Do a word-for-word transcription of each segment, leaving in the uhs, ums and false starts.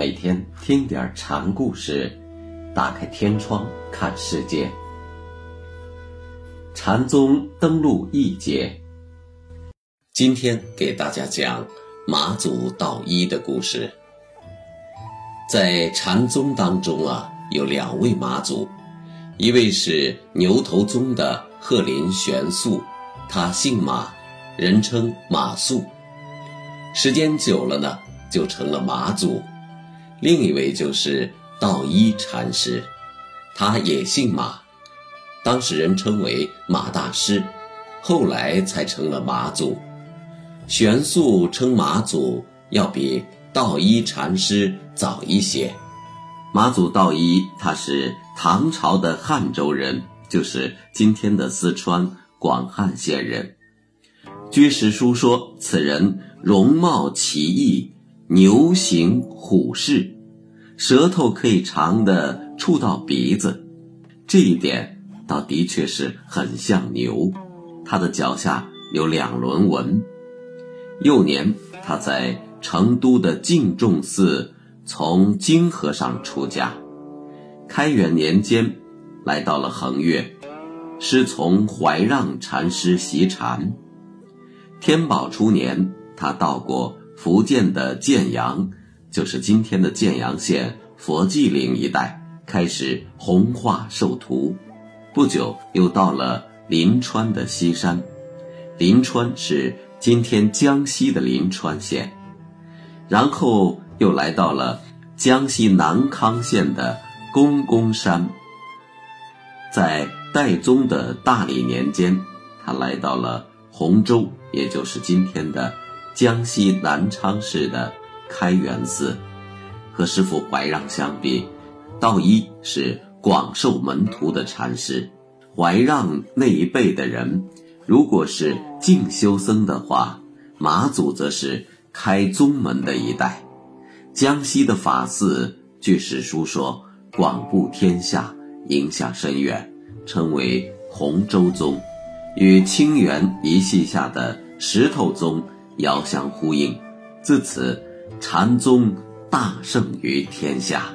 每天听点禅故事，打开天窗看世界。禅宗登陆一节，今天给大家讲马祖道一的故事。在禅宗当中啊，有两位马祖，一位是牛头宗的鹤林玄素，他姓马，人称马谡，时间久了呢，就成了马祖。另一位就是道一禅师，他也姓马，当时人称为马大师，后来才成了马祖。玄素称马祖要比道一禅师早一些。马祖道一他是唐朝的汉州人，就是今天的四川广汉县人。据史书说，此人容貌奇异，牛形虎视，舌头可以长的触到鼻子，这一点倒的确是很像牛。他的脚下有两轮纹。幼年他在成都的净重寺从经和尚出家，开元年间来到了衡岳，师从怀让禅师习禅。天宝初年，他到过福建的建阳，就是今天的建阳县佛济岭一带，开始弘化授徒。不久又到了临川的西山，临川是今天江西的临川县，然后又来到了江西南康县的公公山。在代宗的大历年间，他来到了洪州，也就是今天的江西南昌市的开元寺。和师父怀让相比，道一是广受门徒的禅师。怀让那一辈的人，如果是净修僧的话，马祖则是开宗门的一代。江西的法寺，据史书说广布天下，影响深远，称为洪州宗，与清源一系下的石头宗遥相呼应，自此禅宗大盛于天下。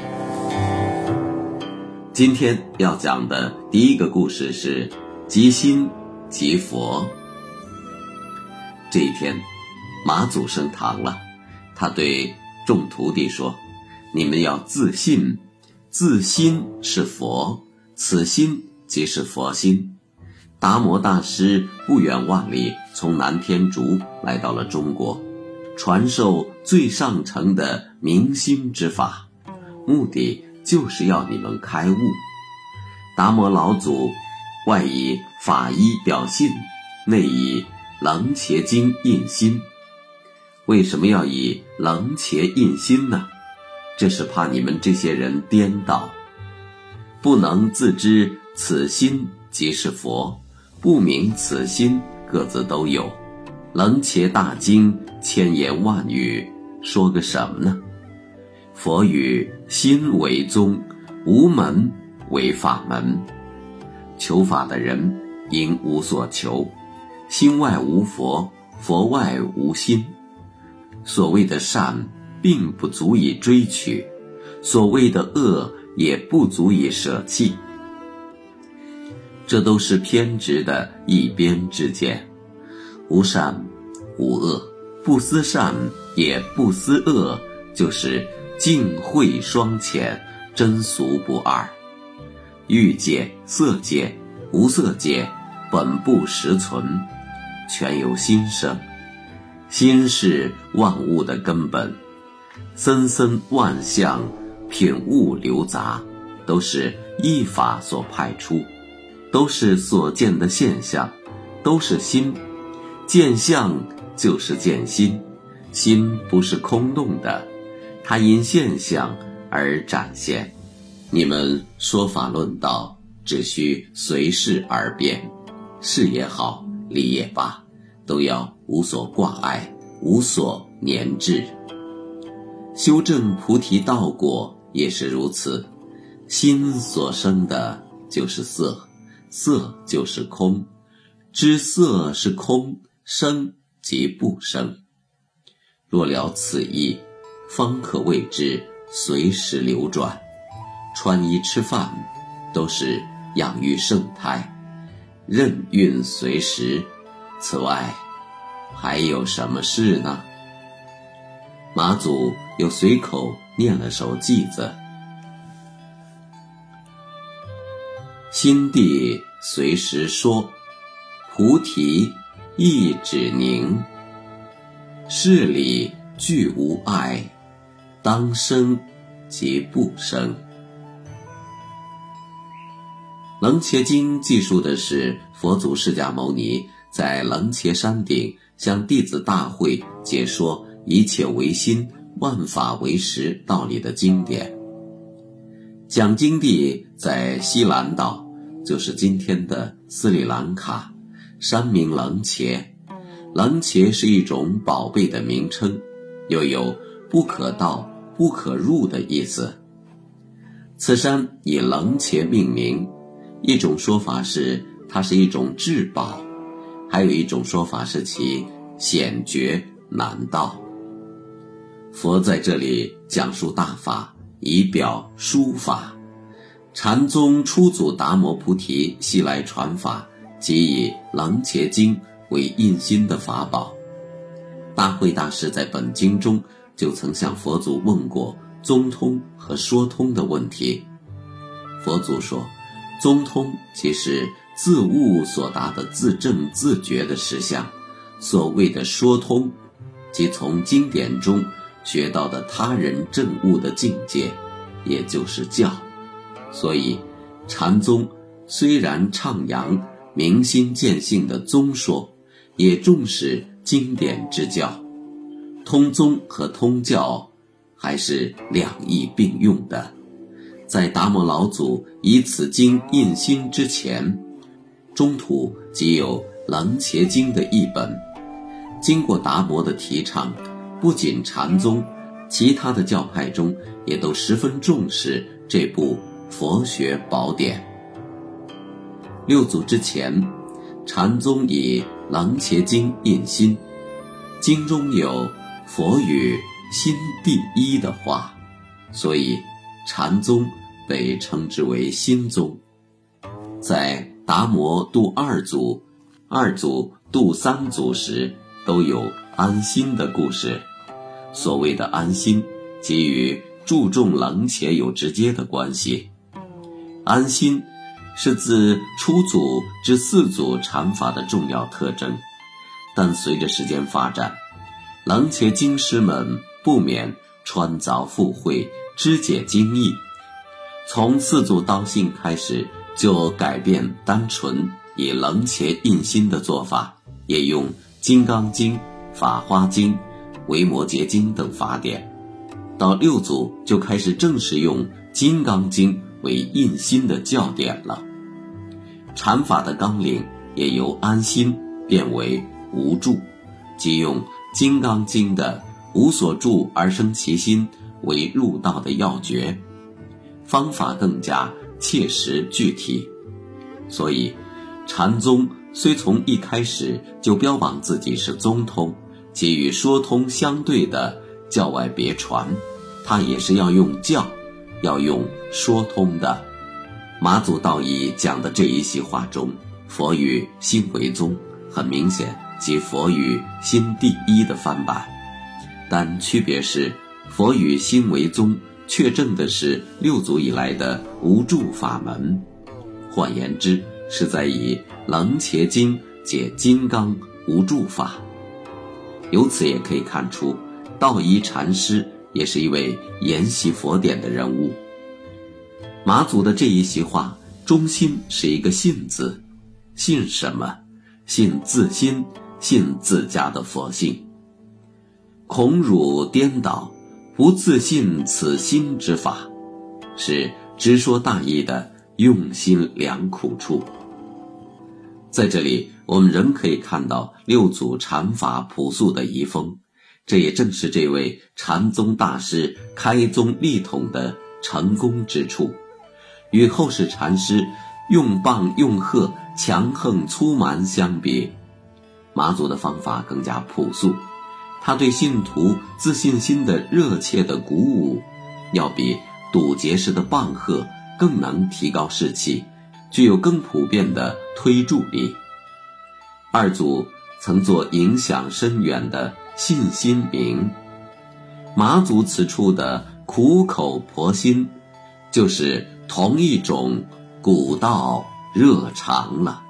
今天要讲的第一个故事是即心即佛。这一天，马祖升堂了，他对众徒弟说，你们要自信，自心是佛，此心即是佛心。达摩大师不远万里从南天竺来到了中国，传授最上乘的明心之法，目的就是要你们开悟。达摩老祖外以法衣表信，内以楞伽经印心。为什么要以楞伽印心呢？这是怕你们这些人颠倒，不能自知此心即是佛，不明此心各自都有。楞伽大经千言万语，说个什么呢？佛语心为宗，无门为法门。求法的人应无所求，心外无佛，佛外无心。所谓的善并不足以追取，所谓的恶也不足以舍弃，这都是偏执的一边之见。无善无恶，不思善也不思恶，就是净慧双潜，真俗不二。欲界、色界、无色界本不实存，全由心生。心是万物的根本，森森万象，品物流杂，都是一法所派出，都是所见的现象，都是心。见相就是见心，心不是空洞的，它因现象而展现。你们说法论道，只需随事而变，事也好，理也罢，都要无所挂碍，无所粘滞。修正菩提道果也是如此，心所生的就是色，色就是空，知色是空，生即不生。若了此意， 方可谓之随时流转。穿衣吃饭都是养育圣态，任运随时，此外还有什么事呢？马祖又随口念了首偈子：心地随时说，菩提一指凝。事理俱无碍，当生即不生。楞伽经记述的是佛祖释迦牟尼在楞伽山顶向弟子大会解说一切唯心，万法唯识道理的经典。讲经地在西兰岛，就是今天的斯里兰卡，山名楞伽。楞伽是一种宝贝的名称，又有不可到、不可入的意思。此山以楞伽命名，一种说法是它是一种至宝，还有一种说法是其险绝难到。佛在这里讲述大法，以表殊法。禅宗初祖达摩菩提昔来传法，即以楞伽经为印心的法宝。大慧大师在本经中就曾向佛祖问过宗通和说通的问题。佛祖说，宗通即是自悟所达的自证自觉的实相，所谓的说通即从经典中学到的他人证悟的境界，也就是教。所以禅宗虽然倡扬明心见性的宗说，也重视经典之教。通宗和通教还是两义并用的。在达摩老祖以此经印心之前，中土即有楞伽经的译本。经过达摩的提倡，不仅禅宗，其他的教派中也都十分重视这部佛学宝典。六祖之前，禅宗以楞伽经印心，经中有佛语心第一的话，所以禅宗被称之为心宗。在达摩度二祖、二祖度三祖时，都有安心的故事。所谓的安心，即与注重楞伽有直接的关系。安心是自初祖至四祖禅法的重要特征，但随着时间发展，楞伽经师们不免穿凿附会，肢解经义。从四祖道信开始，就改变单纯以楞伽印心的做法，也用金刚经、法华经、维摩诘经等法典。到六祖就开始正式用金刚经为印心的教典了。禅法的纲领也由安心变为无住，即用金刚经的无所住而生其心为入道的要诀，方法更加切实具体。所以禅宗虽从一开始就标榜自己是宗通，即与说通相对的教外别传，它也是要用教，要用说通的。马祖道义讲的这一席话中，佛语心为宗，很明显即佛语心第一的翻版，但区别是佛语心为宗确证的是六祖以来的无住法门，换言之是在以楞伽经解金刚无住法。由此也可以看出，道一禅师也是一位研习佛典的人物。马祖的这一席话中心是一个信字，信什么？信自心，信自家的佛性。恐汝颠倒，不自信此心之法，是直说大意的用心良苦处。在这里我们仍可以看到六祖禅法朴素的遗风，这也正是这位禅宗大师开宗立统的成功之处。与后世禅师用棒用喝、强横粗蛮相比，马祖的方法更加朴素， 他对信徒自信心的热切的鼓舞，要比堵截式的棒喝更能提高士气，具有更普遍的推助力。二祖曾做影响深远的信心铭，马祖此处的苦口婆心，就是同一种古道热肠了。